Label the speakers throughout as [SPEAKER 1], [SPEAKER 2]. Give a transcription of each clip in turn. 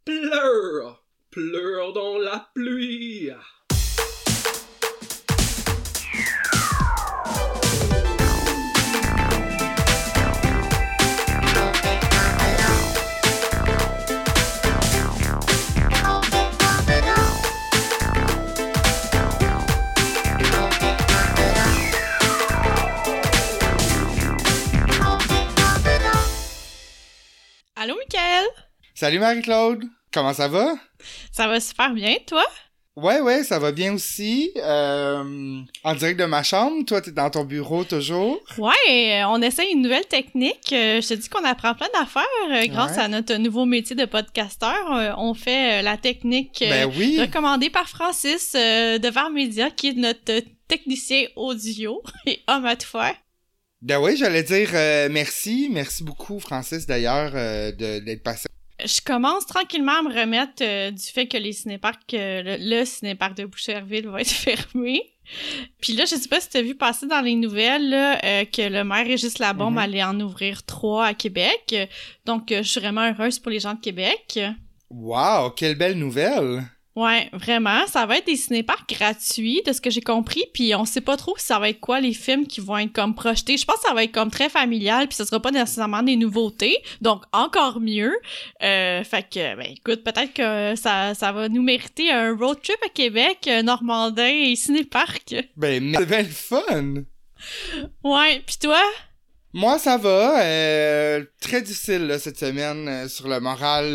[SPEAKER 1] Pleure, pleure dans la pluie.
[SPEAKER 2] Allô, Mickaël?
[SPEAKER 3] Salut Marie-Claude, comment ça va?
[SPEAKER 2] Ça va super bien, toi?
[SPEAKER 3] Ouais, ça va bien aussi. En direct de ma chambre, toi t'es dans ton bureau toujours?
[SPEAKER 2] Ouais, on essaie une nouvelle technique. Je te dis qu'on apprend plein d'affaires grâce à notre nouveau métier de podcasteur. On fait la technique
[SPEAKER 3] Oui.
[SPEAKER 2] recommandée par Francis de VAR Media, qui est notre technicien audio et homme à tout faire.
[SPEAKER 3] Ben oui, j'allais dire merci beaucoup Francis d'ailleurs d'être passé.
[SPEAKER 2] Je commence tranquillement à me remettre du fait que les cinéparcs, le cinéparc de Boucherville va être fermé. Puis là, je sais pas si t'as vu passer dans les nouvelles là, que le maire Régis Labombe allait en ouvrir 3 à Québec. Donc, je suis vraiment heureuse pour les gens de Québec.
[SPEAKER 3] Wow, quelle belle nouvelle!
[SPEAKER 2] Ouais, vraiment. Ça va être des cinéparcs gratuits, de ce que j'ai compris, puis on sait pas trop si ça va être quoi les films qui vont être comme projetés. Je pense que ça va être comme très familial, puis ça sera pas nécessairement des nouveautés, donc encore mieux. Fait que, écoute, peut-être que ça va nous mériter un road trip à Québec, Normandin et cinéparc.
[SPEAKER 3] Ben, c'est bien le fun!
[SPEAKER 2] Ouais, puis toi?
[SPEAKER 3] Moi, ça va. Très difficile là, cette semaine sur le moral.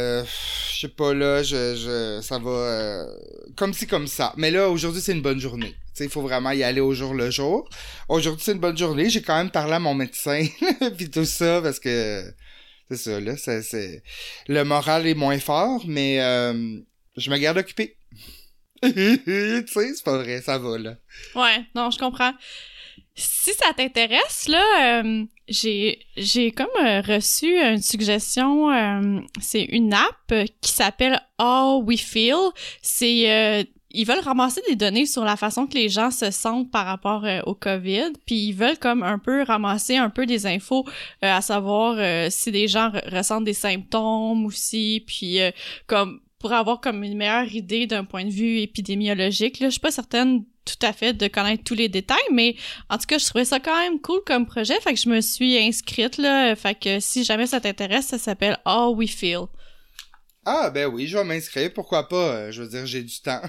[SPEAKER 3] Je sais pas là, ça va comme ci comme ça. Mais là, aujourd'hui c'est une bonne journée. Tu sais, il faut vraiment y aller au jour le jour. Aujourd'hui c'est une bonne journée. J'ai quand même parlé à mon médecin puis tout ça parce que c'est ça là. C'est le moral est moins fort, mais je me garde occupé. Tu sais, c'est pas vrai, ça va là.
[SPEAKER 2] Ouais, non, je comprends. Si ça t'intéresse, là, j'ai comme reçu une suggestion, c'est une app qui s'appelle How We Feel. C'est, ils veulent ramasser des données sur la façon que les gens se sentent par rapport au COVID, puis ils veulent comme un peu ramasser un peu des infos, à savoir si des gens ressentent des symptômes aussi, puis comme pour avoir comme une meilleure idée d'un point de vue épidémiologique. Là, je suis pas certaine tout à fait de connaître tous les détails, mais en tout cas, je trouvais ça quand même cool comme projet, fait que je me suis inscrite, là, fait que si jamais ça t'intéresse, ça s'appelle How We Feel.
[SPEAKER 3] Ah, ben oui, je vais m'inscrire, pourquoi pas, je veux dire, j'ai du temps.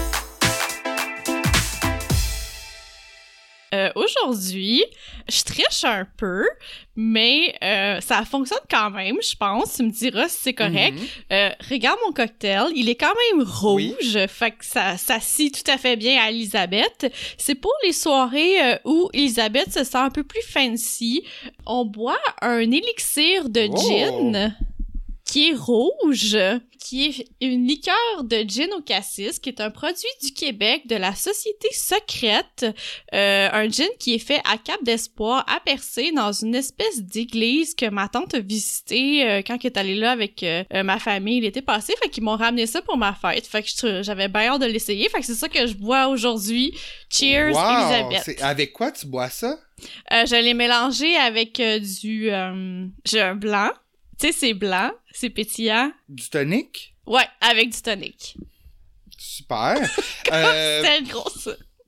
[SPEAKER 2] Aujourd'hui, je triche un peu, mais ça fonctionne quand même, je pense. Tu me diras si c'est correct. Regarde mon cocktail, il est quand même rouge, fait que ça scie tout à fait bien à Elisabeth. C'est pour les soirées où Elisabeth se sent un peu plus fancy. On boit un élixir de gin qui est rouge, qui est une liqueur de gin au cassis, qui est un produit du Québec de la Société Secrète, un gin qui est fait à Cap d'Espoir, à Percé, dans une espèce d'église que ma tante a visitée quand elle est allée là avec ma famille l'été passé, fait qu'ils m'ont ramené ça pour ma fête, fait que j'avais bien hâte de l'essayer, fait que c'est ça que je bois aujourd'hui. Cheers, Elisabeth!
[SPEAKER 3] C'est avec quoi tu bois ça?
[SPEAKER 2] Je l'ai mélangé avec j'ai un blanc. Tu sais, c'est blanc, c'est pétillant.
[SPEAKER 3] Du tonic?
[SPEAKER 2] Ouais, avec du tonic.
[SPEAKER 3] Super.
[SPEAKER 2] C'était grosse.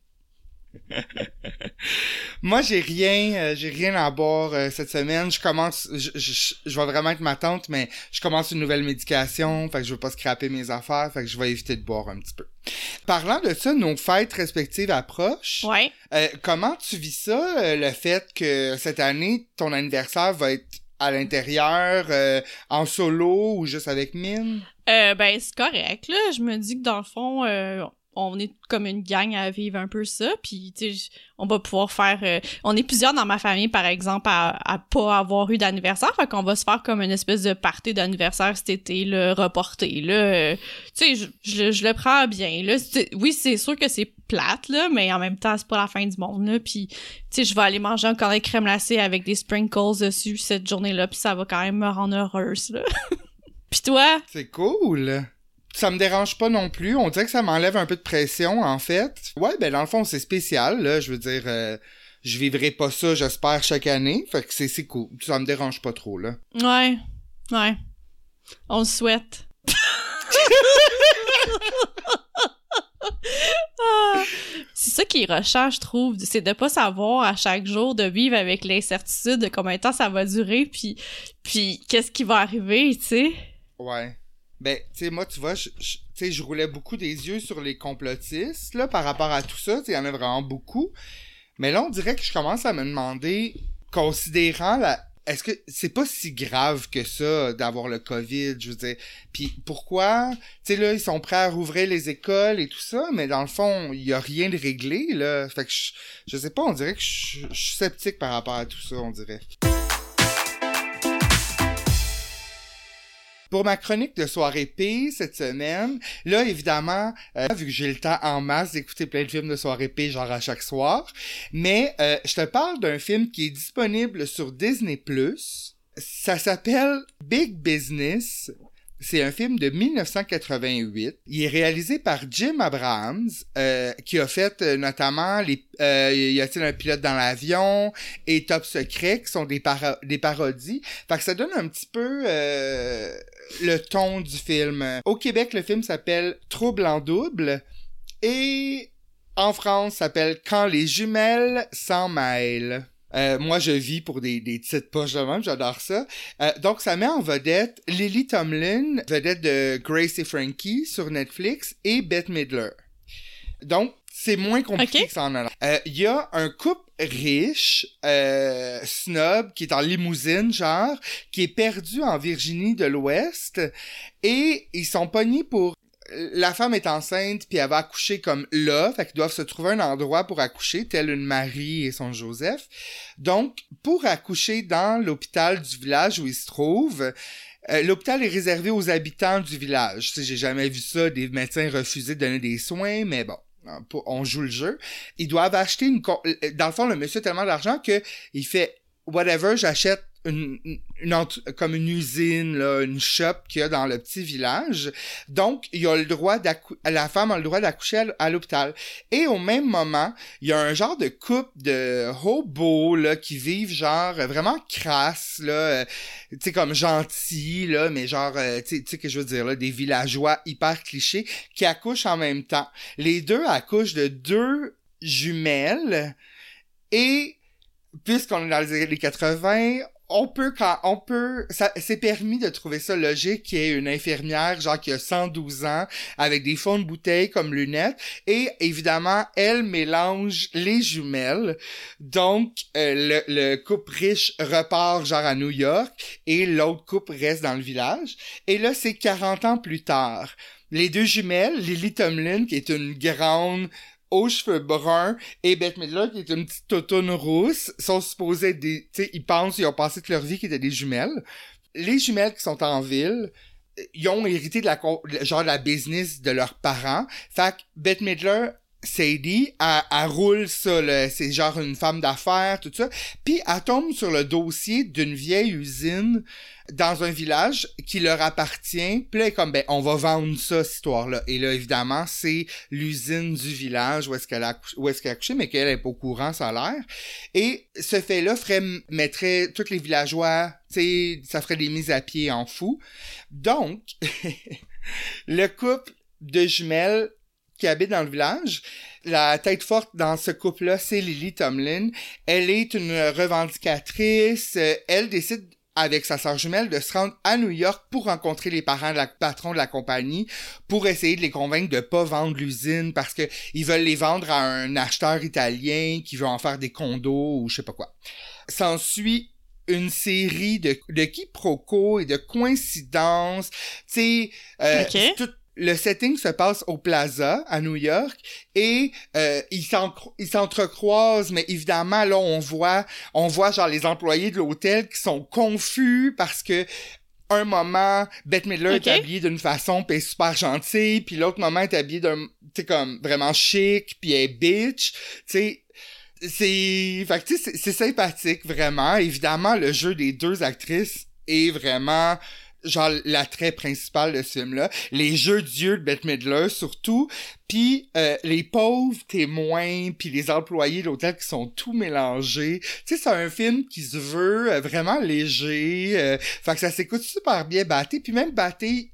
[SPEAKER 3] Moi, j'ai rien à boire cette semaine. Je commence, je vais vraiment être ma tante, mais je commence une nouvelle médication, fait que je veux pas scraper mes affaires, fait que je vais éviter de boire un petit peu. Parlant de ça, nos fêtes respectives approchent.
[SPEAKER 2] Ouais.
[SPEAKER 3] Comment tu vis ça, le fait que cette année, ton anniversaire va être à l'intérieur, en solo ou juste avec Mine?
[SPEAKER 2] C'est correct, là. Je me dis que dans le fond, on est comme une gang à vivre un peu ça, puis tu sais, on va pouvoir faire... on est plusieurs dans ma famille, par exemple, à pas avoir eu d'anniversaire, fait qu'on va se faire comme une espèce de party d'anniversaire cet été, là, reporté, là. Tu sais, je le prends bien, là. Oui, c'est sûr que c'est plate, là, mais en même temps, c'est pas la fin du monde, là, puis tu sais, je vais aller manger un cornet de crème glacée avec des sprinkles dessus cette journée-là, puis ça va quand même me rendre heureuse, là. Pis toi?
[SPEAKER 3] C'est cool! Ça me dérange pas non plus. On dirait que ça m'enlève un peu de pression, en fait. Ouais, ben dans le fond, c'est spécial, là. Je veux dire, je vivrai pas ça, j'espère, chaque année. Fait que c'est cool. Ça me dérange pas trop, là.
[SPEAKER 2] Ouais. On le souhaite. C'est ça qui est rushant, je trouve, c'est de pas savoir à chaque jour, de vivre avec l'incertitude de combien de temps ça va durer, puis qu'est-ce qui va arriver, tu sais.
[SPEAKER 3] Ouais. Ben, tu sais, moi, tu vois, je roulais beaucoup des yeux sur les complotistes, là, par rapport à tout ça, tu sais, il y en a vraiment beaucoup. Mais là, on dirait que je commence à me demander, considérant est-ce que c'est pas si grave que ça d'avoir le COVID, je veux dire. Puis pourquoi, tu sais là, ils sont prêts à rouvrir les écoles et tout ça, mais dans le fond, il y a rien de réglé là. Fait que je sais pas, on dirait que je suis sceptique par rapport à tout ça, on dirait. Pour ma chronique de soirée P cette semaine, là, évidemment, vu que j'ai le temps en masse d'écouter plein de films de soirée P, genre à chaque soir, mais je te parle d'un film qui est disponible sur Disney+. Ça s'appelle Big Business. C'est un film de 1988. Il est réalisé par Jim Abrahams, qui a fait notamment Y a-t-il un pilote dans l'avion et Top Secret, qui sont des parodies. Fait que ça donne un petit peu le ton du film. Au Québec, le film s'appelle Trouble en double et en France, s'appelle Quand les jumelles s'en mêlent. Moi, je vis pour des titres poches de même, j'adore ça. Donc, ça met en vedette Lily Tomlin, vedette de Grace et Frankie sur Netflix, et Bette Midler. Donc, c'est moins compliqué que ça en a. Il y a un couple riche, snob, qui est en limousine, genre, qui est perdu en Virginie de l'Ouest, et ils sont pognés pour... La femme est enceinte, puis elle va accoucher comme là, fait qu'ils doivent se trouver un endroit pour accoucher, tel une Marie et son Joseph. Donc, pour accoucher dans l'hôpital du village où ils se trouvent, l'hôpital est réservé aux habitants du village. Tu sais, j'ai jamais vu ça, des médecins refuser de donner des soins, mais bon, on joue le jeu. Ils doivent acheter dans le fond, le monsieur a tellement d'argent que il fait « whatever, j'achète comme une usine, là, une shop qu'il y a dans le petit village. » Donc, il a le droit la femme a le droit d'accoucher à l'hôpital. Et au même moment, il y a un genre de couple de hobos, là, qui vivent genre vraiment crasse, là, tu sais, comme gentils, là, mais genre, tu sais que je veux dire, là, des villageois hyper clichés qui accouchent en même temps. Les deux accouchent de 2 jumelles et puisqu'on est dans les années 80, c'est permis de trouver ça logique qu'il y ait une infirmière, genre, qui a 112 ans, avec des fonds de bouteille comme lunettes, et évidemment, elle mélange les jumelles. Donc, le couple riche repart, genre, à New York, et l'autre couple reste dans le village. Et là, c'est 40 ans plus tard. Les 2 jumelles, Lily Tomlin, qui est une grande aux cheveux bruns, et Bette Midler, qui est une petite toutoune rousse, sont supposés être tu sais, ils ont passé toute leur vie qu'ils étaient des jumelles. Les jumelles qui sont en ville, ils ont hérité de la business de leurs parents. Fait que Bette Midler, Sadie, elle roule ça, là. C'est genre une femme d'affaires, tout ça. Puis elle tombe sur le dossier d'une vieille usine dans un village qui leur appartient. Puis là, elle est comme, on va vendre ça, cette histoire-là. Et là, évidemment, c'est l'usine du village où est-ce qu'elle a accouché, mais qu'elle est pas au courant, ça a l'air. Et ce fait-là mettrait tous les villageois, tu sais, ça ferait des mises à pied en fou. Donc, le couple de jumelles qui habite dans le village, la tête forte dans ce couple-là, c'est Lily Tomlin. Elle est une revendicatrice. Elle décide, avec sa sœur jumelle, de se rendre à New York pour rencontrer les parents de patron de la compagnie, pour essayer de les convaincre de pas vendre l'usine parce que ils veulent les vendre à un acheteur italien qui veut en faire des condos ou je sais pas quoi. S'ensuit une série de quiproquos et de coïncidences. Tu sais, le setting se passe au Plaza, à New York, et ils s'entrecroisent, mais évidemment, là, on voit genre les employés de l'hôtel qui sont confus parce que un moment, Bette Midler est habillée d'une façon pis elle est super gentille, puis l'autre moment est habillée tu sais, comme vraiment chic, puis elle est bitch, tu sais. C'est sympathique, vraiment. Évidemment, le jeu des 2 actrices est vraiment genre l'attrait principal de ce film-là. Les jeux d'yeux de Bette Midler, surtout. Puis les pauvres témoins, puis les employés de l'hôtel qui sont tout mélangés. Tu sais, c'est un film qui se veut vraiment léger. Fait que ça s'écoute super bien batté. Puis même batté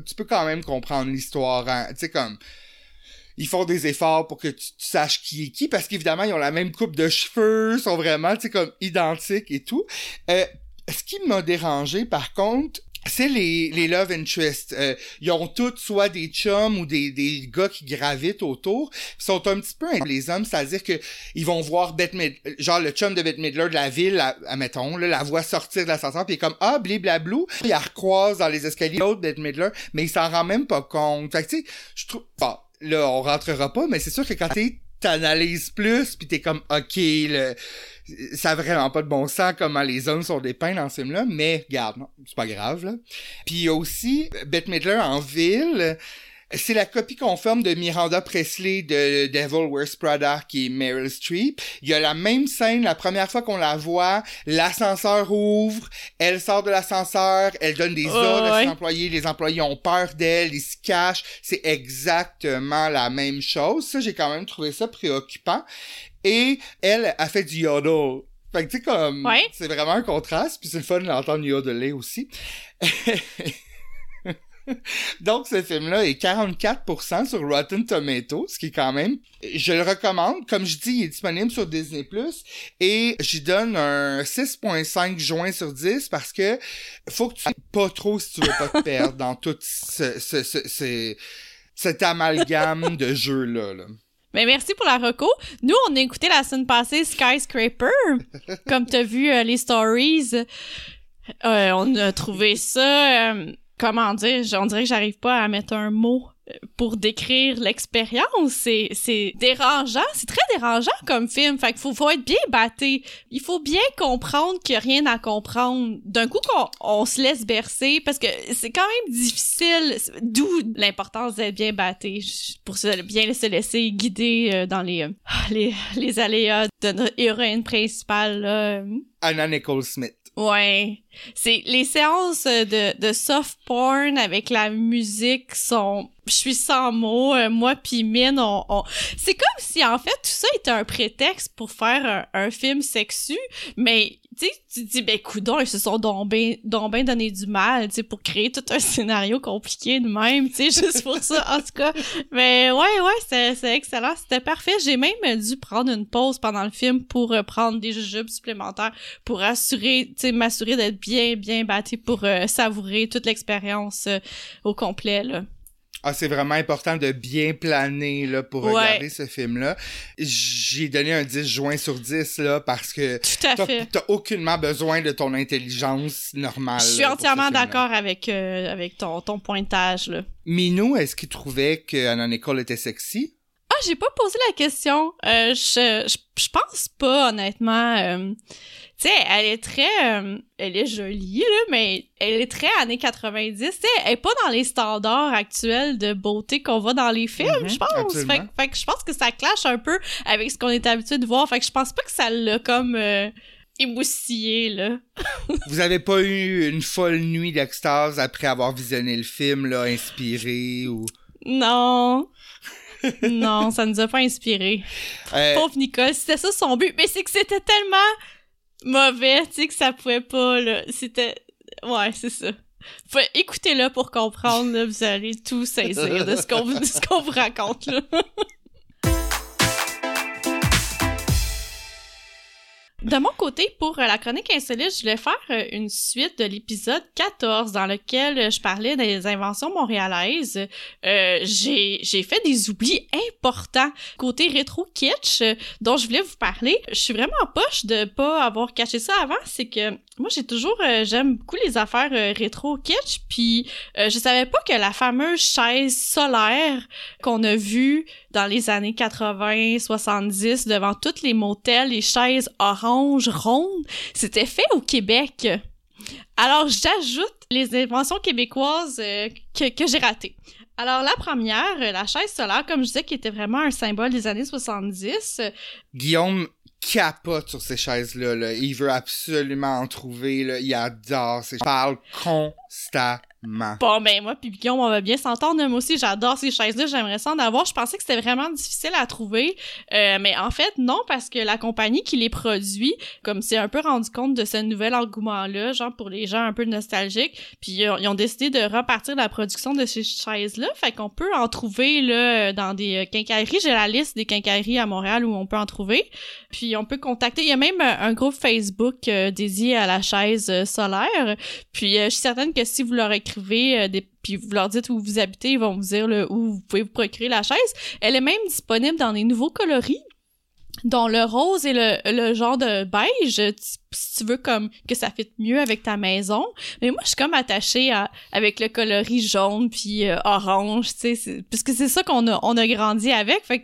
[SPEAKER 3] tu peux quand même comprendre l'histoire, hein, tu sais, comme... Ils font des efforts pour que tu saches qui est qui, parce qu'évidemment, ils ont la même coupe de cheveux, sont vraiment, tu sais, comme identiques et tout. Ce qui m'a dérangé, par contre, c'est les love interests. Ils ont tous soit des chums ou des gars qui gravitent autour. Ils sont un petit peu les hommes, c'est-à-dire que ils vont voir Bette Midler, genre le chum de Bette Midler de la ville, admettons, là, la voit sortir de l'ascenseur, puis il est comme bliblablou, il la recroise dans les escaliers l'autre Bette Midler, mais il s'en rend même pas compte. Fait que tu sais, je trouve... Bon, là, on rentrera pas, mais c'est sûr que quand t'analyses plus, pis t'es comme, OK, ça a vraiment pas de bon sens comment les hommes sont dépeints dans ce film-là, mais regarde, non, c'est pas grave, là. Puis il y a aussi Bette Midler en ville, c'est la copie conforme de Miranda Presley de Devil Wears Prada, qui est Meryl Streep. Il y a la même scène, la première fois qu'on la voit, l'ascenseur ouvre, elle sort de l'ascenseur, elle donne des ordres à ses employés, les employés ont peur d'elle, ils se cachent. C'est exactement la même chose. Ça, j'ai quand même trouvé ça préoccupant. Et elle a fait du yodel. Fait que tu sais, comme, c'est vraiment un contraste, puis c'est le fun de l'entendre yodeler aussi. Donc, ce film-là est 44% sur Rotten Tomatoes, ce qui est quand même... Je le recommande. Comme je dis, il est disponible sur Disney+, et j'y donne un 6.5 joints sur 10 parce que faut que tu sais pas trop si tu veux pas te perdre dans tout cet amalgame de jeux-là, là.
[SPEAKER 2] Mais merci pour la reco. Nous, on a écouté la semaine passée Skyscraper. Comme t'as vu les stories, on a trouvé ça... comment dire, on dirait que j'arrive pas à mettre un mot pour décrire l'expérience. C'est dérangeant, c'est très dérangeant comme film. Fait qu'il faut être bien batté. Il faut bien comprendre qu'il y a rien à comprendre. D'un coup, on se laisse bercer, parce que c'est quand même difficile. D'où l'importance d'être bien batté, pour bien se laisser guider dans les aléas de notre héroïne principale, là.
[SPEAKER 3] Anna Nicole Smith.
[SPEAKER 2] Ouais. C'est les séances de soft porn avec la musique sont... Je suis sans mots. Moi pis Mine, on... C'est comme si, en fait, tout ça était un prétexte pour faire un film sexu, mais... Tu sais, tu te dis, ben, coudonc, ils se sont donc ben donné du mal, tu sais, pour créer tout un scénario compliqué de même, tu sais, juste pour ça, en tout cas. Mais ouais, c'est excellent, c'était parfait. J'ai même dû prendre une pause pendant le film pour prendre des jujubes supplémentaires pour m'assurer d'être bien bâti pour savourer toute l'expérience au complet, là.
[SPEAKER 3] Ah, c'est vraiment important de bien planer, là, pour regarder ce film-là. J'ai donné un 10 joints sur 10, là, parce que t'as aucunement besoin de ton intelligence normale.
[SPEAKER 2] Je suis entièrement d'accord avec ton pointage, là.
[SPEAKER 3] Minou, est-ce qu'il trouvait que Anna Nicole était sexy?
[SPEAKER 2] Ah, j'ai pas posé la question. Je pense pas, honnêtement. Tu sais, elle est jolie, là, mais elle est très années 90. Tu sais, elle est pas dans les standards actuels de beauté qu'on voit dans les films, je pense. Fait que je pense que ça clash un peu avec ce qu'on est habitué de voir. Fait que je pense pas que ça l'a comme émoustillé, là.
[SPEAKER 3] Vous avez pas eu une folle nuit d'extase après avoir visionné le film, là, inspiré ou...
[SPEAKER 2] Non. Non, ça nous a pas inspiré. Pauvre Nicole, c'était ça son but. Mais c'est que c'était tellement mauvais, tu sais, que ça pouvait pas, là. C'était... Ouais, c'est ça. Écoutez-le pour comprendre, là, vous allez tout saisir de ce qu'on vous raconte, là. De mon côté, pour la chronique insolite, je voulais faire une suite de l'épisode 14 dans lequel je parlais des inventions montréalaises. J'ai fait des oublis importants côté rétro kitsch dont je voulais vous parler. Je suis vraiment poche de pas avoir caché ça avant, c'est que moi j'ai toujours j'aime beaucoup les affaires rétro kitsch, puis je savais pas que la fameuse chaise solaire qu'on a vue dans les années 80-70 devant tous les motels, les chaises orange rondes, c'était fait au Québec. Alors j'ajoute les inventions québécoises que j'ai ratées. Alors la première, la chaise solaire, comme je disais, qui était vraiment un symbole des années 70.
[SPEAKER 3] Guillaume capote sur ces chaises-là, là. Il veut absolument en trouver, là. Il adore ces chaises. Il parle constamment
[SPEAKER 2] Bon, ben moi puis Guillaume, on va bien s'entendre. Moi aussi, j'adore ces chaises-là. J'aimerais ça en avoir. Je pensais que c'était vraiment difficile à trouver. Mais en fait, non, parce que la compagnie qui les produit, comme s'est un peu rendu compte de ce nouvel engouement-là, genre pour les gens un peu nostalgiques, puis ils ont décidé de repartir la production de ces chaises-là. Fait qu'on peut en trouver là dans des quincailleries. J'ai la liste des quincailleries à Montréal où on peut en trouver. Puis on peut contacter. Il y a même un groupe Facebook dédié à la chaise solaire. Puis je suis certaine que si vous leur écrivez puis vous leur dites où vous habitez, ils vont vous dire là, où vous pouvez vous procurer la chaise. Elle est même disponible dans des nouveaux coloris, dont le rose et le genre de beige, si tu veux comme que ça fitte mieux avec ta maison. Mais moi, je suis comme attachée avec le coloris jaune puis orange, tu sais, parce que c'est ça qu'on a grandi avec, fait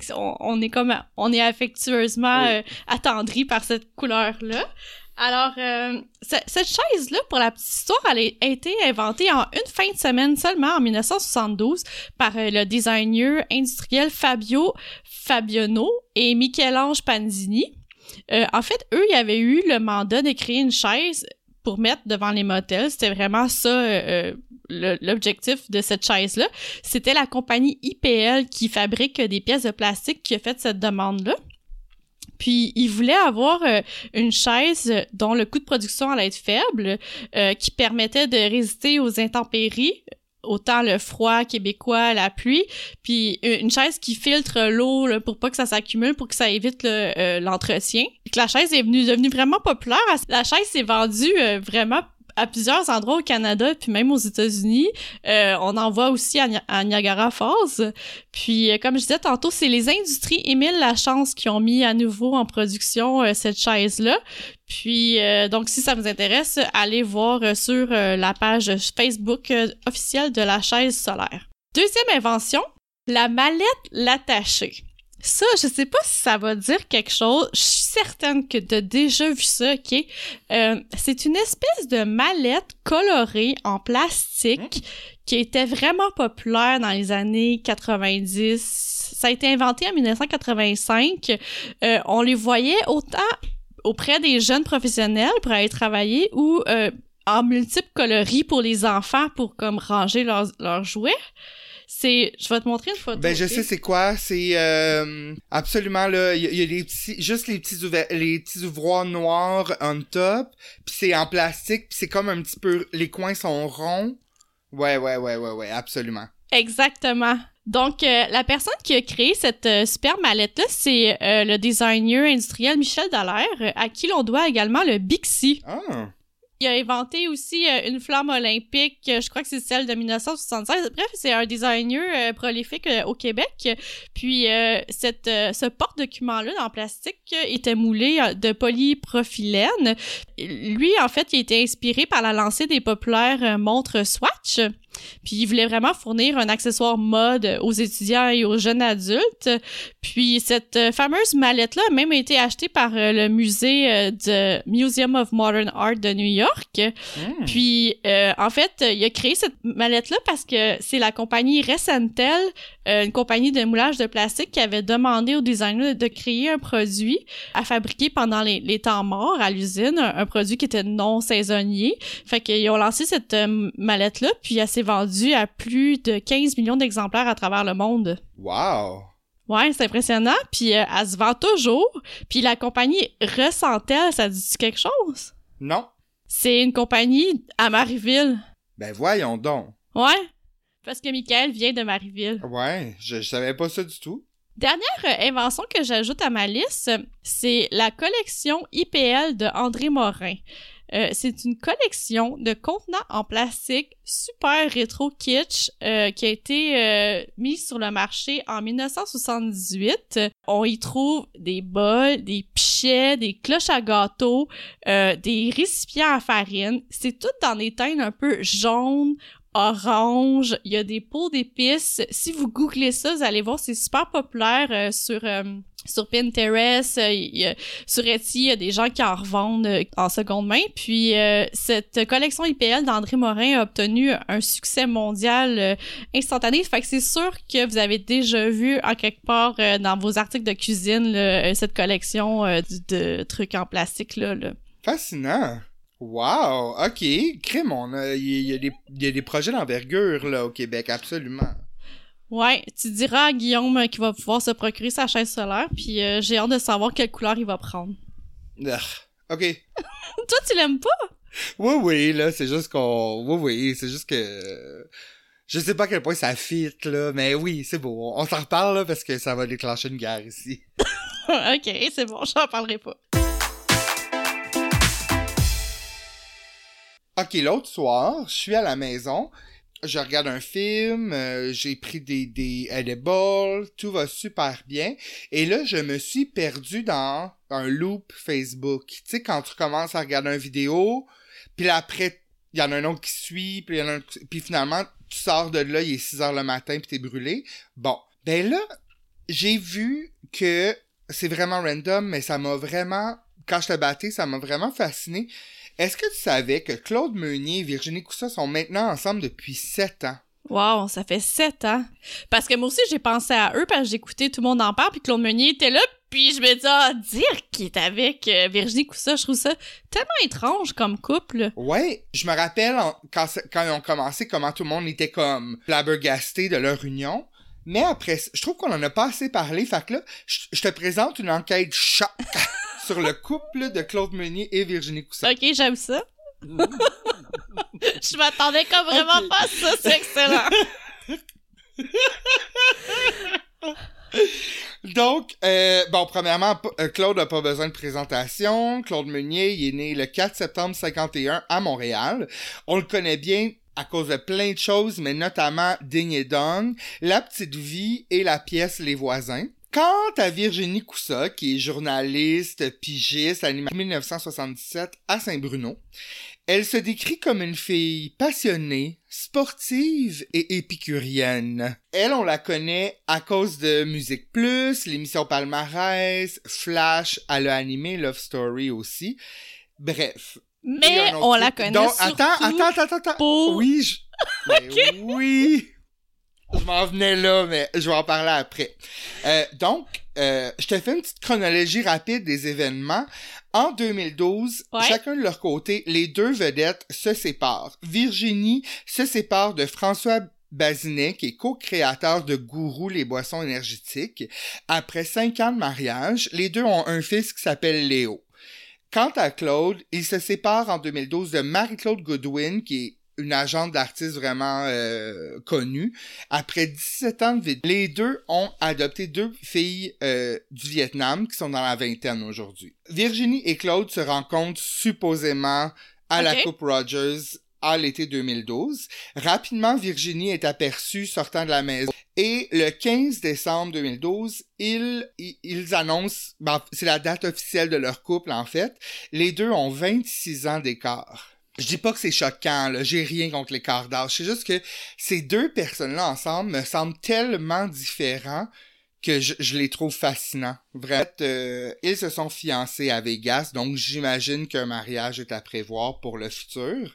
[SPEAKER 2] on est affectueusement attendri par cette couleur-là. Alors, cette chaise-là, pour la petite histoire, elle a été inventée en une fin de semaine seulement, en 1972, par le designer industriel Fabio Fabiano et Michel-Ange Panzini. En fait, eux, ils avaient eu le mandat de créer une chaise pour mettre devant les motels. C'était vraiment ça l'objectif de cette chaise-là. C'était la compagnie IPL qui fabrique des pièces de plastique qui a fait cette demande-là. Puis, ils voulaient avoir une chaise dont le coût de production allait être faible, qui permettait de résister aux intempéries, autant le froid québécois, la pluie, puis une chaise qui filtre l'eau là, pour pas que ça s'accumule, pour que ça évite l'entretien. Puis que la chaise est devenue vraiment populaire. La chaise s'est vendue vraiment à plusieurs endroits au Canada, puis même aux États-Unis. On en voit aussi à Niagara Falls. Puis, comme je disais tantôt, c'est les industries Émile Lachance qui ont mis à nouveau en production cette chaise-là. Puis, donc, si ça vous intéresse, allez voir sur la page Facebook officielle de la chaise solaire. Deuxième invention, la mallette l'attachée. Ça, je sais pas si ça va dire quelque chose. Je suis certaine que t'as déjà vu ça, OK? C'est une espèce de mallette colorée en plastique qui était vraiment populaire dans les années 90. Ça a été inventé en 1985. On les voyait autant auprès des jeunes professionnels pour aller travailler ou en multiples coloris pour les enfants pour comme ranger leurs jouets. Je vais te montrer une photo.
[SPEAKER 3] Ben, je sais c'est quoi. C'est, absolument, là, il y a les petits ouvroirs noirs on top, pis c'est en plastique, pis c'est comme un petit peu, les coins sont ronds. Ouais, absolument.
[SPEAKER 2] Exactement. Donc, la personne qui a créé cette super mallette-là, c'est le designer industriel Michel Dallaire, à qui l'on doit également le Bixi.
[SPEAKER 3] Ah!
[SPEAKER 2] Il a inventé aussi une flamme olympique, je crois que c'est celle de 1976. Bref, c'est un designer prolifique au Québec. Puis ce porte-document-là en plastique était moulé de polypropylène. Lui, en fait, il a été inspiré par la lancée des populaires montres Swatch. Puis il voulait vraiment fournir un accessoire mode aux étudiants et aux jeunes adultes. Puis cette fameuse mallette-là a même été achetée par le musée de Museum of Modern Art de New York. Puis en fait, il a créé cette mallette-là parce que c'est la compagnie Ressentel, une compagnie de moulage de plastique, qui avait demandé au designer de créer un produit à fabriquer pendant les temps morts à l'usine, un produit qui était non saisonnier. Fait qu'ils ont lancé cette mallette-là, puis elle s'est vendue à plus de 15 millions d'exemplaires à travers le monde.
[SPEAKER 3] Wow!
[SPEAKER 2] Ouais, c'est impressionnant, puis elle se vend toujours. Puis la compagnie Ressentel, ça dit quelque chose?
[SPEAKER 3] Non.
[SPEAKER 2] C'est une compagnie à Marieville.
[SPEAKER 3] Ben voyons donc.
[SPEAKER 2] Ouais, parce que Michael vient de Marieville.
[SPEAKER 3] Ouais, je savais pas ça du tout.
[SPEAKER 2] Dernière invention que j'ajoute à ma liste, c'est la collection IPL de André Morin. C'est une collection de contenants en plastique super rétro kitsch qui a été mise sur le marché en 1978. On y trouve des bols, des pichets, des cloches à gâteau, des récipients à farine. C'est tout dans des teintes un peu jaunes, orange, il y a des pots d'épices. Si vous googlez ça, vous allez voir, c'est super populaire sur Pinterest, sur Etsy, il y a des gens qui en revendent en seconde main. Puis cette collection IPL d'André Morin a obtenu un succès mondial instantané. Fait que c'est sûr que vous avez déjà vu en quelque part dans vos articles de cuisine cette collection de trucs en plastique là.
[SPEAKER 3] Fascinant. Wow, ok, crime, il y a des projets d'envergure, là, au Québec, absolument.
[SPEAKER 2] Ouais, tu diras à Guillaume qu'il va pouvoir se procurer sa chaise solaire, puis j'ai hâte de savoir quelle couleur il va prendre.
[SPEAKER 3] Ok.
[SPEAKER 2] Toi, tu l'aimes pas?
[SPEAKER 3] Oui, là, c'est juste qu'on... Oui, c'est juste que... Je sais pas à quel point ça fit, là, mais oui, c'est beau. On s'en reparle, là, parce que ça va déclencher une guerre ici.
[SPEAKER 2] Ok, c'est bon, j'en parlerai pas.
[SPEAKER 3] Ok, l'autre soir, je suis à la maison, je regarde un film, j'ai pris des edibles, tout va super bien, et là, je me suis perdu dans un loop Facebook. Tu sais, quand tu commences à regarder une vidéo, puis là, après, il y en a un autre qui suit, puis finalement, tu sors de là, il est 6 heures le matin, puis t'es brûlé. Bon, ben là, j'ai vu que c'est vraiment random, mais ça m'a vraiment, quand je te battais, ça m'a vraiment fasciné. Est-ce que tu savais que Claude Meunier et Virginie Coussa sont maintenant ensemble depuis 7 ans?
[SPEAKER 2] Wow, ça fait 7 ans. Parce que moi aussi, j'ai pensé à eux, parce que j'écoutais Tout le monde en parle, puis Claude Meunier était là, puis je me dis, dire qu'il est avec Virginie Coussa, je trouve ça tellement étrange comme couple.
[SPEAKER 3] Ouais, je me rappelle quand ils ont commencé, comment tout le monde était comme flabbergasté de leur union. Mais après, je trouve qu'on en a pas assez parlé, fait que là, je te présente une enquête choc sur le couple de Claude Meunier et Virginie Coussa.
[SPEAKER 2] Ok, j'aime ça. Je m'attendais comme vraiment pas à ça, c'est excellent.
[SPEAKER 3] Donc, bon, premièrement, Claude n'a pas besoin de présentation. Claude Meunier, il est né le 4 septembre 51 à Montréal. On le connaît bien à cause de plein de choses, mais notamment Ding et Dong, La Petite Vie et la pièce Les Voisins. Quant à Virginie Coussa, qui est journaliste, pigiste, animée en 1977 à Saint-Bruno, elle se décrit comme une fille passionnée, sportive et épicurienne. Elle, on la connaît à cause de Musique Plus, l'émission Palmarès, Flash, elle a animé Love Story aussi. Bref.
[SPEAKER 2] Mais on la connaît
[SPEAKER 3] donc,
[SPEAKER 2] surtout
[SPEAKER 3] attends.
[SPEAKER 2] pour...
[SPEAKER 3] Oui, oui. Je m'en venais là, mais je vais en parler après. Donc, je te fais une petite chronologie rapide des événements. En 2012, chacun de leur côté, les deux vedettes se séparent. Virginie se sépare de François Bazinet, qui est co-créateur de Gourou, les boissons énergétiques. Après 5 ans de mariage, les deux ont un fils qui s'appelle Léo. Quant à Claude, il se sépare en 2012 de Marie-Claude Goodwin, qui est une agente d'artistes vraiment connue. Après 17 ans de vie, les deux ont adopté 2 filles du Vietnam qui sont dans la vingtaine aujourd'hui. Virginie et Claude se rencontrent supposément à la Coupe Rogers à l'été 2012. Rapidement, Virginie est aperçue sortant de la maison. Et le 15 décembre 2012, ils annoncent, c'est la date officielle de leur couple en fait, les deux ont 26 ans d'écart. Je dis pas que c'est choquant, là, j'ai rien contre l'écart d'âge, c'est juste que ces deux personnes-là ensemble me semblent tellement différents que je les trouve fascinants. Vraiment, ils se sont fiancés à Vegas, donc j'imagine qu'un mariage est à prévoir pour le futur.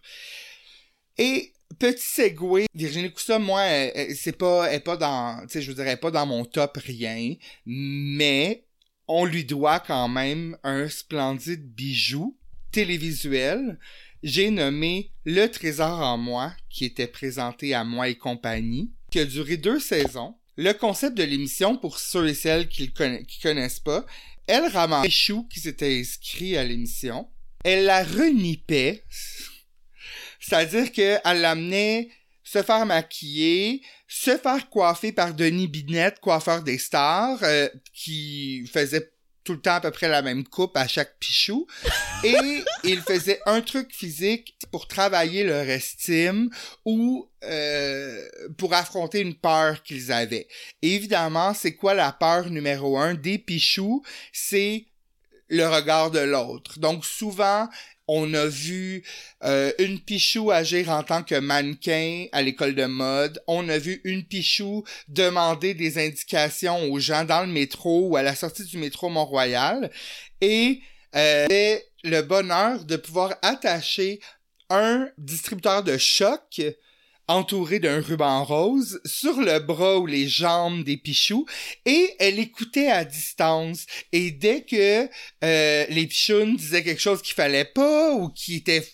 [SPEAKER 3] Et petit segue, Virginie Coussa, moi, elle est pas dans, tu sais, je vous dirais pas dans mon top rien, mais on lui doit quand même un splendide bijou télévisuel. J'ai nommé Le Trésor en moi, qui était présenté à Moi et compagnie, qui a duré 2 saisons. Le concept de l'émission, pour ceux et celles qui connaissent pas, elle ramassait les choux qui s'étaient inscrits à l'émission. Elle la renippait, c'est-à-dire qu'elle l'amenait se faire maquiller, se faire coiffer par Denis Binette, coiffeur des stars, qui faisait tout le temps à peu près la même coupe à chaque pichou. Et il faisait un truc physique pour travailler leur estime ou pour affronter une peur qu'ils avaient. Et évidemment, c'est quoi la peur numéro 1 des pichous? C'est le regard de l'autre. Donc souvent, on a vu une pichou agir en tant que mannequin à l'école de mode. On a vu une pichou demander des indications aux gens dans le métro ou à la sortie du métro Mont-Royal. Et c'est le bonheur de pouvoir attacher un distributeur de choc entourée d'un ruban rose, sur le bras ou les jambes des pichous, et elle écoutait à distance. Et dès que les pichounes disaient quelque chose qu'il fallait pas ou qui était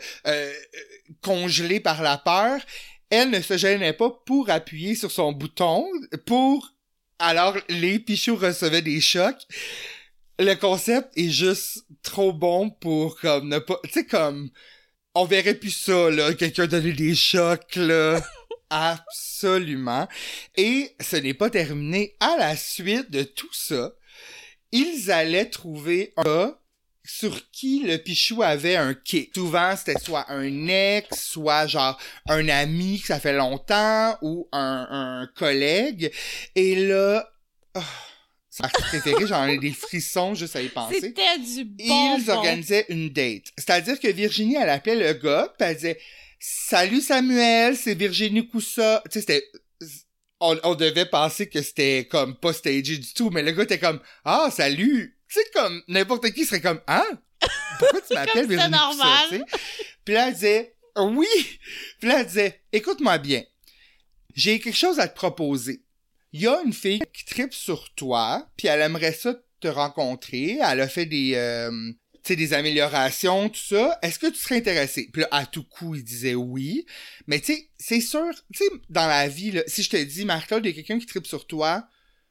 [SPEAKER 3] congelé par la peur, elle ne se gênait pas pour appuyer sur son bouton alors les pichous recevaient des chocs. Le concept est juste trop bon pour comme ne pas, tu sais, comme on verrait plus ça là, quelqu'un donner des chocs là. Absolument. Et ce n'est pas terminé. À la suite de tout ça, ils allaient trouver un gars sur qui le pichou avait un kick. Souvent, c'était soit un ex, soit genre un ami que ça fait longtemps, ou un collègue. Et là, c'est ma préférée, j'en ai des frissons juste à y penser.
[SPEAKER 2] C'était du bon.
[SPEAKER 3] Ils organisaient une date. C'est-à-dire que Virginie, elle appelait le gars, pis elle disait « Salut Samuel, c'est Virginie Coussa. » Tu sais, c'était... On devait penser que c'était comme pas stagé du tout, mais le gars était comme « Ah, salut! » Tu sais, comme, n'importe qui serait comme, hein? Pourquoi tu m'appelles Virginie Coussa, tu sais? Puis là, elle disait, oui! Puis là, elle disait, écoute-moi bien. J'ai quelque chose à te proposer. Il y a une fille qui tripe sur toi, puis elle aimerait ça te rencontrer. Elle a fait des améliorations, tout ça. Est-ce que tu serais intéressé? Puis là, à tout coup, il disait oui. Mais tu sais, c'est sûr, tu sais, dans la vie, là, si je te dis, Marc-Claude, il y a quelqu'un qui tripe sur toi,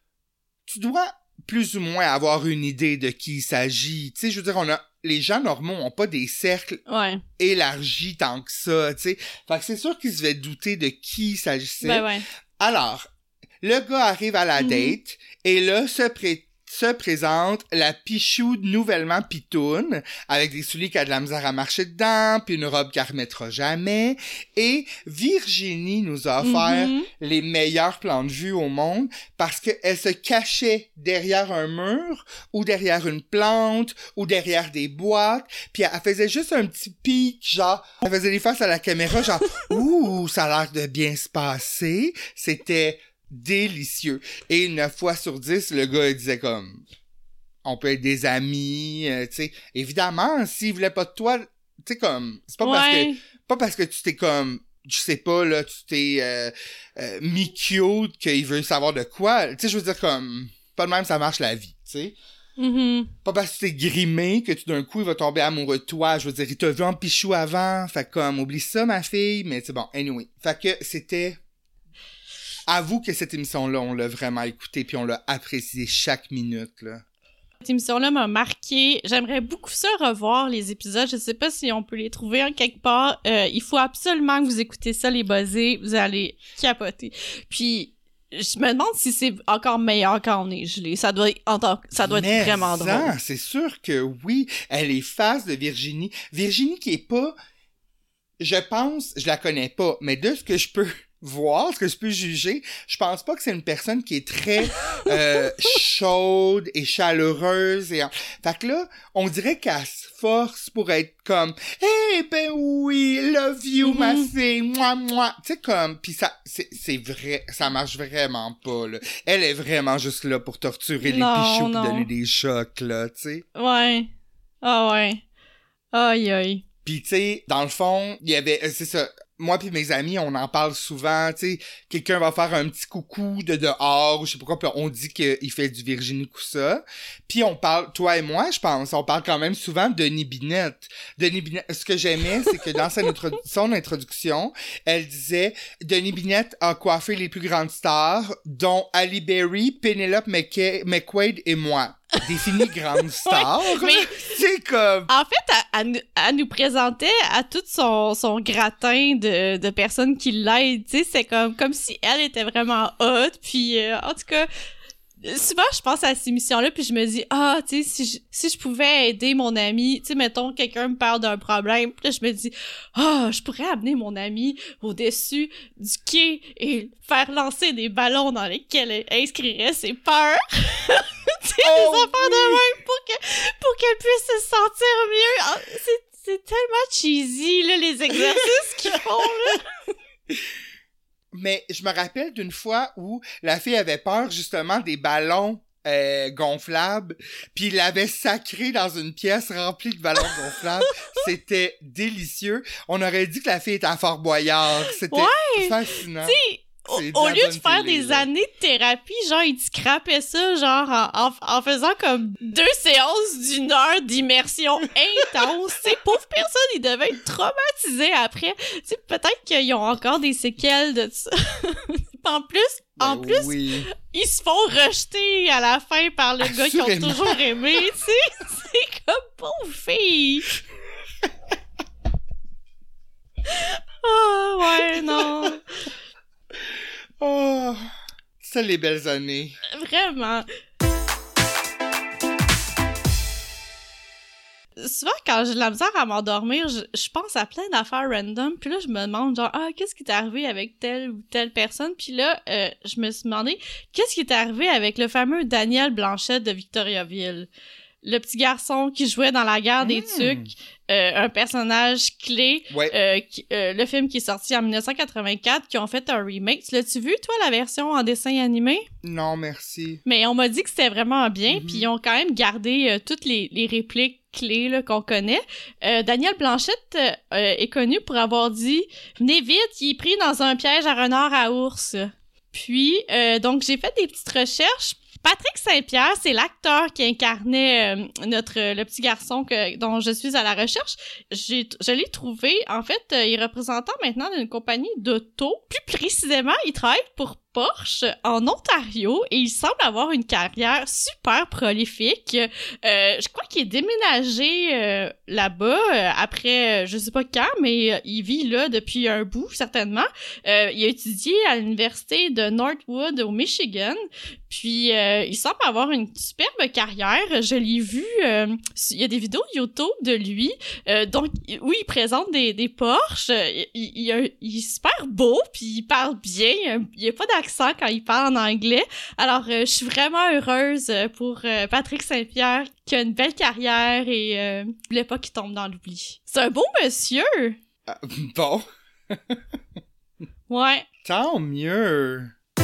[SPEAKER 3] tu dois plus ou moins avoir une idée de qui il s'agit. Tu sais, je veux dire, les gens normaux ont pas des cercles élargis tant que ça, tu sais. Fait que c'est sûr qu'ils se devaient douter de qui il s'agissait.
[SPEAKER 2] Ben ouais.
[SPEAKER 3] Alors, le gars arrive à la date, et là, se présente la pichou nouvellement pitoune, avec des souliers qui a de la misère à marcher dedans, puis une robe qu'elle remettra jamais. Et Virginie nous a offert les meilleurs plans de vue au monde parce qu'elle se cachait derrière un mur, ou derrière une plante, ou derrière des boîtes, puis elle faisait juste un petit pic, genre, elle faisait des faces à la caméra, genre, ouh, ça a l'air de bien se passer. C'était délicieux. Et 9 fois sur 10, le gars, il disait comme, on peut être des amis, tu sais. Évidemment, s'il voulait pas de toi, tu sais, comme, c'est pas parce que tu t'es comme, je sais pas, là, tu t'es mis cute qu'il veut savoir de quoi. Tu sais, je veux dire, comme, pas de même ça marche la vie, tu sais. Pas parce que tu t'es grimé que tout d'un coup, il va tomber amoureux de toi. Je veux dire, il t'a vu en pichou avant. Fait que, comme, oublie ça, ma fille. Mais c'est bon, anyway. Fait que c'était... Avoue que cette émission-là, on l'a vraiment écoutée puis on l'a appréciée chaque minute, là.
[SPEAKER 2] Cette émission-là m'a marqué. J'aimerais beaucoup ça revoir, les épisodes. Je sais pas si on peut les trouver en quelque part. Il faut absolument que vous écoutez ça, les buzzés. Vous allez capoter. Puis, je me demande si c'est encore meilleur quand on est gelé. Ça doit être vraiment drôle.
[SPEAKER 3] C'est sûr que oui. Elle est face de Virginie. Virginie qui est pas... Je pense... Je la connais pas, mais de ce que je peux... voir, ce que je peux juger, je pense pas que c'est une personne qui est très chaude et chaleureuse. Fait que là, on dirait qu'elle se force pour être comme « Hey, ben oui, love you, ma fille, moi. » Tu sais, comme, pis ça, c'est vrai, ça marche vraiment pas, là. Elle est vraiment juste là pour torturer les pichous pis donner des chocs, là, tu sais.
[SPEAKER 2] Ouais. Ah ouais. Aïe, aïe.
[SPEAKER 3] Pis tu sais, dans le fond, il y avait, c'est ça... Moi pis mes amis, on en parle souvent, tu sais, quelqu'un va faire un petit coucou de dehors, ou je sais pas quoi, pis on dit qu'il fait du Virginie Coussa. Puis on parle, toi et moi, je pense, on parle quand même souvent de Denis Binette. Denis Binette, ce que j'aimais, c'est que dans son introduction, elle disait « Denis Binette a coiffé les plus grandes stars, dont Halle Berry, Penelope McQuaid et moi. » Définie grande star.
[SPEAKER 2] Mais
[SPEAKER 3] c'est comme...
[SPEAKER 2] En fait, elle nous présentait à tout son gratin de personnes qui l'aident, tu sais, c'est comme si elle était vraiment hot, puis en tout cas, souvent je pense à ces missions-là, puis je me dis, tu sais, si je pouvais aider mon ami, tu sais, mettons, quelqu'un me parle d'un problème, puis là je me dis, je pourrais amener mon ami au-dessus du quai et faire lancer des ballons dans lesquels elle inscrirait ses peurs. Tu sais, des affaires de même pour qu'elle puisse se sentir mieux. C'est tellement cheesy, là, les exercices qu'ils font, là.
[SPEAKER 3] Mais je me rappelle d'une fois où la fille avait peur, justement, des ballons gonflables, puis il l'avait sacré dans une pièce remplie de ballons gonflables. C'était délicieux. On aurait dit que la fille était à Fort Boyard. C'était fascinant.
[SPEAKER 2] Au lieu de faire des années de thérapie, genre, il te scrapait ça, genre, en faisant comme 2 séances d'1 heure d'immersion intense. Tu sais, pauvre personne, il devait être traumatisé après. Tu sais, peut-être qu'ils ont encore des séquelles de ça. En plus,
[SPEAKER 3] oui.
[SPEAKER 2] Ils se font rejeter à la fin par le gars qu'ils ont toujours aimé, tu sais. C'est comme pauvre fille. Ah, ouais, non.
[SPEAKER 3] Oh, c'est les belles années.
[SPEAKER 2] Vraiment. Souvent, quand j'ai de la misère à m'endormir, je pense à plein d'affaires random, puis là, je me demande, genre, qu'est-ce qui t'est arrivé avec telle ou telle personne? Puis là, je me suis demandé, qu'est-ce qui t'est arrivé avec le fameux Daniel Blanchette de Victoriaville? Le petit garçon qui jouait dans la guerre des Tucs, un personnage clé, le film qui est sorti en 1984, qui ont fait un remake. L'as-tu vu, toi, la version en dessin animé?
[SPEAKER 3] Non, merci.
[SPEAKER 2] Mais on m'a dit que c'était vraiment bien, puis ils ont quand même gardé toutes les répliques clés là, qu'on connaît. Daniel Blanchette est connu pour avoir dit « Venez vite, il est pris dans un piège à renard à ours ». Puis, donc, j'ai fait des petites recherches. Patrick Saint-Pierre, c'est l'acteur qui incarnait le petit garçon dont je suis à la recherche. Je l'ai trouvé, en fait, il est représentant maintenant d'une compagnie d'auto. Plus précisément, il travaille pour Porsche en Ontario et il semble avoir une carrière super prolifique. Je crois qu'il est déménagé là-bas après je sais pas quand, mais il vit là depuis un bout certainement. Il a étudié à l'université de Northwood au Michigan, puis il semble avoir une superbe carrière. Je l'ai vu, il y a des vidéos YouTube de lui, donc où il présente des Porsche. Il est super beau, puis il parle bien. Il y a pas d'accent quand il parle en anglais. Alors, je suis vraiment heureuse pour Patrick Saint-Pierre qui a une belle carrière et je voulais pas qu'il tombe dans l'oubli. C'est un beau monsieur!
[SPEAKER 3] Bon.
[SPEAKER 2] Ouais.
[SPEAKER 3] Tant mieux.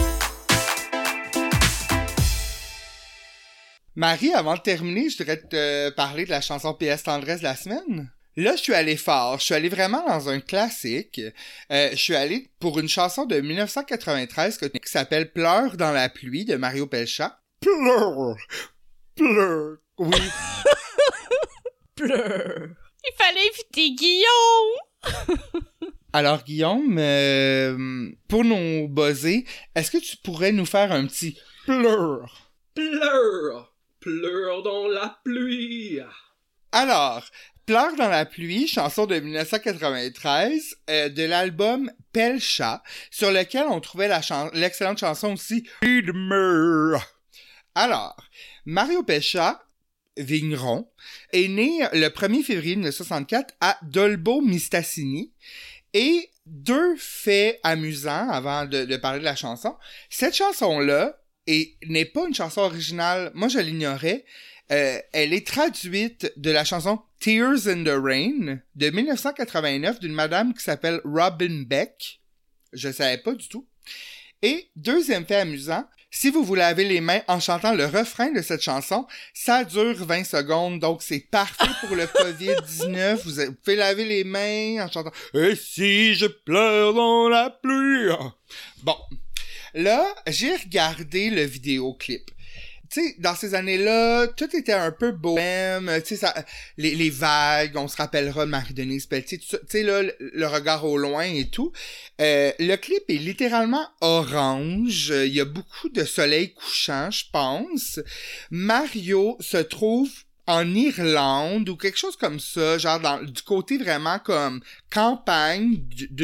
[SPEAKER 3] Marie, avant de terminer, je voudrais te parler de la chanson PS Tendresse de la semaine. Là, je suis allé fort. Je suis allé vraiment dans un classique. Je suis allé pour une chanson de 1993 qui s'appelle « Pleure dans la pluie » de Mario Pelchat. Pleure! Pleure! Oui.
[SPEAKER 2] Pleure! Il fallait éviter Guillaume!
[SPEAKER 3] Alors, Guillaume, pour nous buzzer, est-ce que tu pourrais nous faire un petit « Pleure » ?
[SPEAKER 1] Pleure! Pleure dans la pluie!
[SPEAKER 3] Alors... Pleure dans la pluie, chanson de 1993, de l'album Pelchat, sur lequel on trouvait l'excellente chanson aussi Idmer. Alors, Mario Pelchat, vigneron, est né le 1er février 1964 à Dolbeau-Mistassini. Et 2 faits amusants avant de parler de la chanson. Cette chanson-là n'est pas une chanson originale. Moi, je l'ignorais. Elle est traduite de la chanson Tears in the Rain de 1989 d'une madame qui s'appelle Robin Beck. Je savais pas du tout. Et deuxième fait amusant, si vous vous lavez les mains en chantant le refrain de cette chanson, ça dure 20 secondes, donc c'est parfait pour le COVID-19. Vous pouvez laver les mains en chantant « Et si je pleure dans la pluie ?» Bon, là, j'ai regardé le vidéoclip. Tu sais, dans ces années-là, tout était un peu bohème, tu sais, les vagues, on se rappellera de Marie-Denise Pelletier, tu sais, là, le regard au loin et tout. Le clip est littéralement orange, il y a beaucoup de soleil couchant, je pense. Mario se trouve en Irlande ou quelque chose comme ça, genre du côté vraiment comme campagne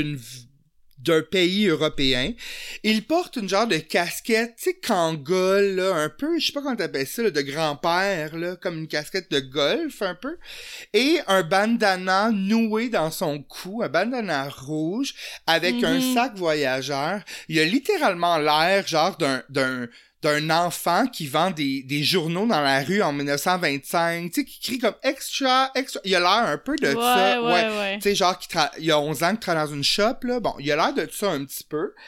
[SPEAKER 3] d'un pays européen. Il porte une genre de casquette, tu sais, Kangol, là, un peu, je sais pas comment t'appelles ça, là, de grand-père, là, comme une casquette de golf, un peu, et un bandana noué dans son cou, un bandana rouge, avec un sac voyageur. Il a littéralement l'air, genre, d'un enfant qui vend des journaux dans la rue en 1925, tu sais, qui crie comme extra, il a l'air un peu de ça, ouais. Tu sais, genre, il a 11 ans qu'il travaille dans une shop, là, bon, il a l'air de ça un petit peu.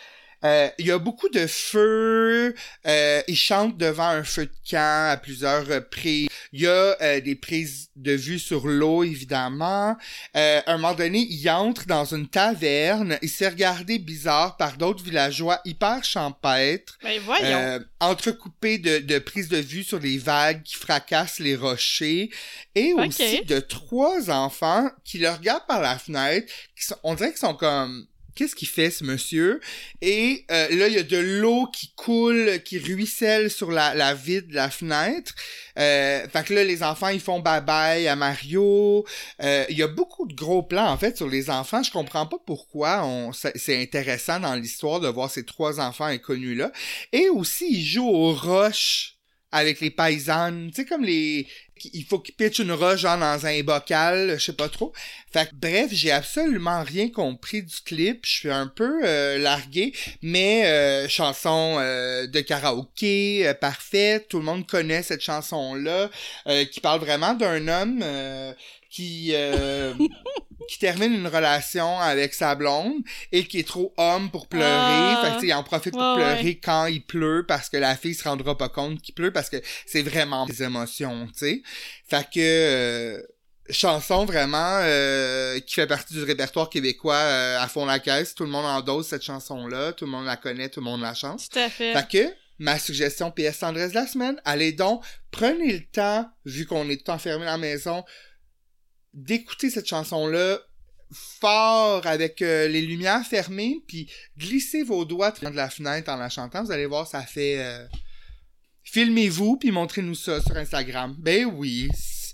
[SPEAKER 3] Il y a beaucoup de feux. Ils chantent devant un feu de camp à plusieurs reprises. Il y a des prises de vue sur l'eau, évidemment. À un moment donné, il entre dans une taverne. Il s'est regardé bizarre par d'autres villageois hyper champêtres.
[SPEAKER 2] Ben voyons.
[SPEAKER 3] Entrecoupés de prises de vue sur les vagues qui fracassent les rochers. Et aussi de 3 enfants qui le regardent par la fenêtre. On dirait qu'ils sont comme... Qu'est-ce qu'il fait, ce monsieur? Et là, il y a de l'eau qui coule, qui ruisselle sur la vitre de la fenêtre. Fait que là, les enfants, ils font bye-bye à Mario. Il y a beaucoup de gros plans, en fait, sur les enfants. Je comprends pas pourquoi c'est intéressant dans l'histoire de voir ces 3 enfants inconnus-là. Et aussi, ils jouent aux roches avec les paysannes. Tu sais, comme il faut qu'ils pitchent une roche genre dans un bocal, je sais pas trop. Fait que bref, j'ai absolument rien compris du clip. Je suis un peu largué, mais chanson de karaoké parfaite. Tout le monde connaît cette chanson-là, qui parle vraiment d'un homme qui termine une relation avec sa blonde et qui est trop homme pour pleurer. Fait que tu sais, il en profite pour pleurer quand il pleut parce que la fille se rendra pas compte qu'il pleut parce que c'est vraiment des émotions, tu sais. Fait que chanson vraiment qui fait partie du répertoire québécois à fond la caisse. Tout le monde endosse cette chanson-là, tout le monde la connaît, tout le monde la chante.
[SPEAKER 2] Tout à fait.
[SPEAKER 3] Fait que ma suggestion PS tendresse de la semaine, allez donc, prenez le temps, vu qu'on est tout enfermé dans la maison, d'écouter cette chanson-là fort avec les lumières fermées, puis glissez vos doigts de la fenêtre en la chantant. Vous allez voir, ça fait... Filmez-vous, puis montrez-nous ça sur Instagram. Ben oui.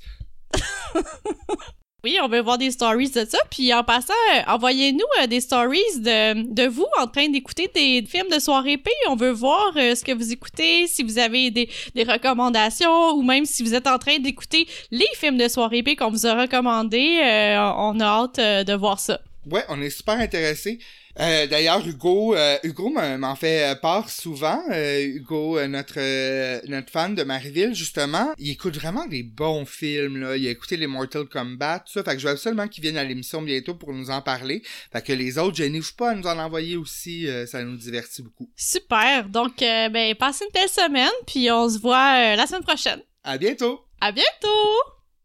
[SPEAKER 2] Oui, on veut voir des stories de ça. Puis en passant, envoyez-nous des stories de vous en train d'écouter des films de soirée P. On veut voir ce que vous écoutez, si vous avez des recommandations ou même si vous êtes en train d'écouter les films de soirée P qu'on vous a recommandés. On a hâte de voir ça.
[SPEAKER 3] Ouais, on est super intéressés. D'ailleurs, Hugo m'en fait part souvent. Hugo, notre fan de Marieville, justement, il écoute vraiment des bons films, là. Il a écouté les Mortal Kombat, tout ça. Fait que je veux absolument qu'il vienne à l'émission bientôt pour nous en parler. Fait que les autres, gênez-vous pas à nous en envoyer aussi. Ça nous divertit beaucoup.
[SPEAKER 2] Super. Donc, passez une belle semaine, puis on se voit la semaine prochaine.
[SPEAKER 3] À bientôt!
[SPEAKER 2] À bientôt!